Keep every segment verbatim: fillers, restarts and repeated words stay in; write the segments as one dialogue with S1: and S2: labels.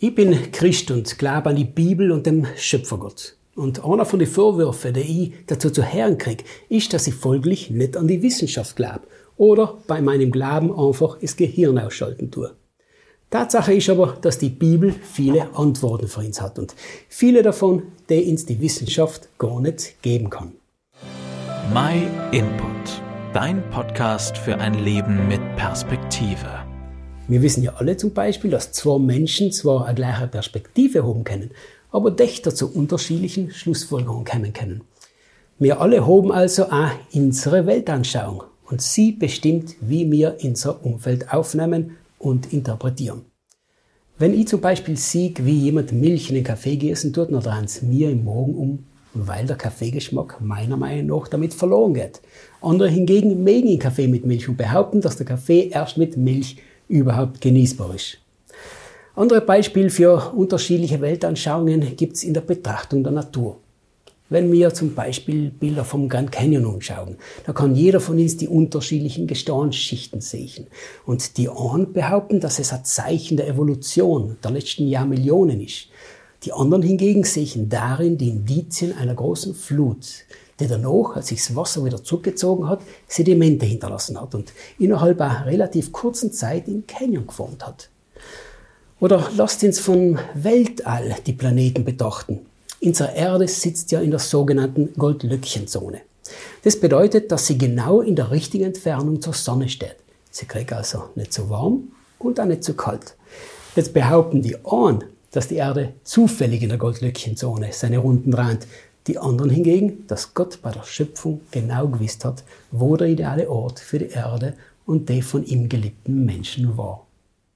S1: Ich bin Christ und glaube an die Bibel und dem Schöpfergott. Und einer von den Vorwürfen, die ich dazu zu hören kriege, ist, dass ich folglich nicht an die Wissenschaft glaube oder bei meinem Glauben einfach das Gehirn ausschalten tue. Tatsache ist aber, dass die Bibel viele Antworten für uns hat und viele davon, die uns die Wissenschaft gar nicht geben kann.
S2: My Input, dein Podcast für ein Leben mit Perspektive.
S1: Wir wissen ja alle zum Beispiel, dass zwei Menschen zwar eine gleiche Perspektive haben können, aber Dächter zu unterschiedlichen Schlussfolgerungen kommen können. Wir alle haben also auch unsere Weltanschauung und sie bestimmt, wie wir unser Umfeld aufnehmen und interpretieren. Wenn ich zum Beispiel sehe, wie jemand Milch in den Kaffee gießen tut, dann dreht es mir im Magen um, weil der Kaffeegeschmack meiner Meinung nach damit verloren geht. Andere hingegen mögen den Kaffee mit Milch und behaupten, dass der Kaffee erst mit Milch überhaupt genießbar ist. Andere Beispiele für unterschiedliche Weltanschauungen gibt es in der Betrachtung der Natur. Wenn wir zum Beispiel Bilder vom Grand Canyon anschauen, da kann jeder von uns die unterschiedlichen Gesteinsschichten sehen. Und die einen behaupten, dass es ein Zeichen der Evolution der letzten Jahrmillionen ist. Die anderen hingegen sehen darin die Indizien einer großen Flut, die danach, als sich das Wasser wieder zurückgezogen hat, Sedimente hinterlassen hat und innerhalb einer relativ kurzen Zeit den Canyon geformt hat. Oder lasst uns vom Weltall die Planeten betrachten. Unsere Erde sitzt ja in der sogenannten Goldlöckchenzone. Das bedeutet, dass sie genau in der richtigen Entfernung zur Sonne steht. Sie kriegt also nicht zu warm und auch nicht zu kalt. Jetzt behaupten die einen, dass die Erde zufällig in der Goldlöckchenzone seine Runden dreht. Die anderen hingegen, dass Gott bei der Schöpfung genau gewusst hat, wo der ideale Ort für die Erde und die von ihm geliebten Menschen war.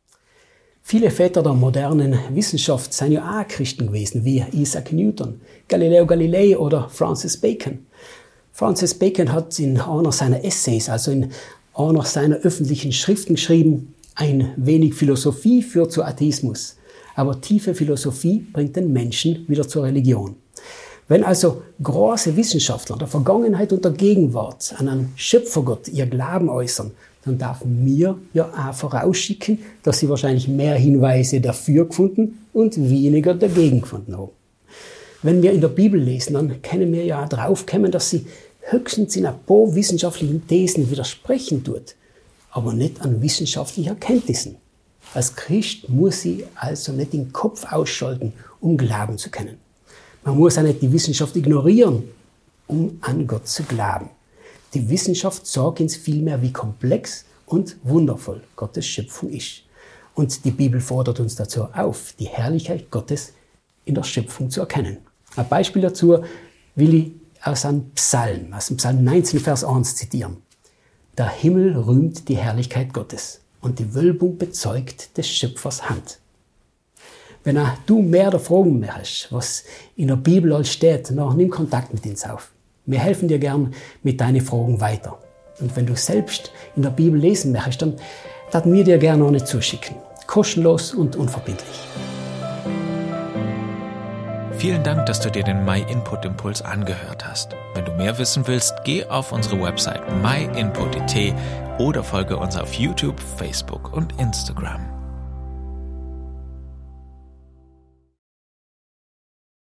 S1: Viele Väter der modernen Wissenschaft sind ja auch Christen gewesen, wie Isaac Newton, Galileo Galilei oder Francis Bacon. Francis Bacon hat in einer seiner Essays, also in einer seiner öffentlichen Schriften geschrieben, ein wenig Philosophie führt zu Atheismus, aber tiefe Philosophie bringt den Menschen wieder zur Religion. Wenn also große Wissenschaftler der Vergangenheit und der Gegenwart an einen Schöpfergott ihr Glauben äußern, dann dürfen wir ja auch vorausschicken, dass sie wahrscheinlich mehr Hinweise dafür gefunden und weniger dagegen gefunden haben. Wenn wir in der Bibel lesen, dann können wir ja auch draufkommen, dass sie höchstens in ein paar wissenschaftlichen Thesen widersprechen tut, aber nicht an wissenschaftlichen Erkenntnissen. Als Christ muss sie also nicht den Kopf ausschalten, um glauben zu können. Man muss auch nicht die Wissenschaft ignorieren, um an Gott zu glauben. Die Wissenschaft sagt uns vielmehr, wie komplex und wundervoll Gottes Schöpfung ist. Und die Bibel fordert uns dazu auf, die Herrlichkeit Gottes in der Schöpfung zu erkennen. Ein Beispiel dazu will ich aus einem Psalm, aus dem Psalm neunzehn, Vers eins zitieren. Der Himmel rühmt die Herrlichkeit Gottes und die Wölbung bezeugt des Schöpfers Hand. Wenn auch du mehr der Fragen möchtest, was in der Bibel alles steht, dann nimm Kontakt mit uns auf. Wir helfen dir gern mit deinen Fragen weiter. Und wenn du selbst in der Bibel lesen möchtest, dann würden wir dir gerne eine zuschicken. Kostenlos und unverbindlich.
S2: Vielen Dank, dass du dir den My Input Impuls angehört hast. Wenn du mehr wissen willst, geh auf unsere Website my input punkt d t oder folge uns auf YouTube, Facebook und Instagram.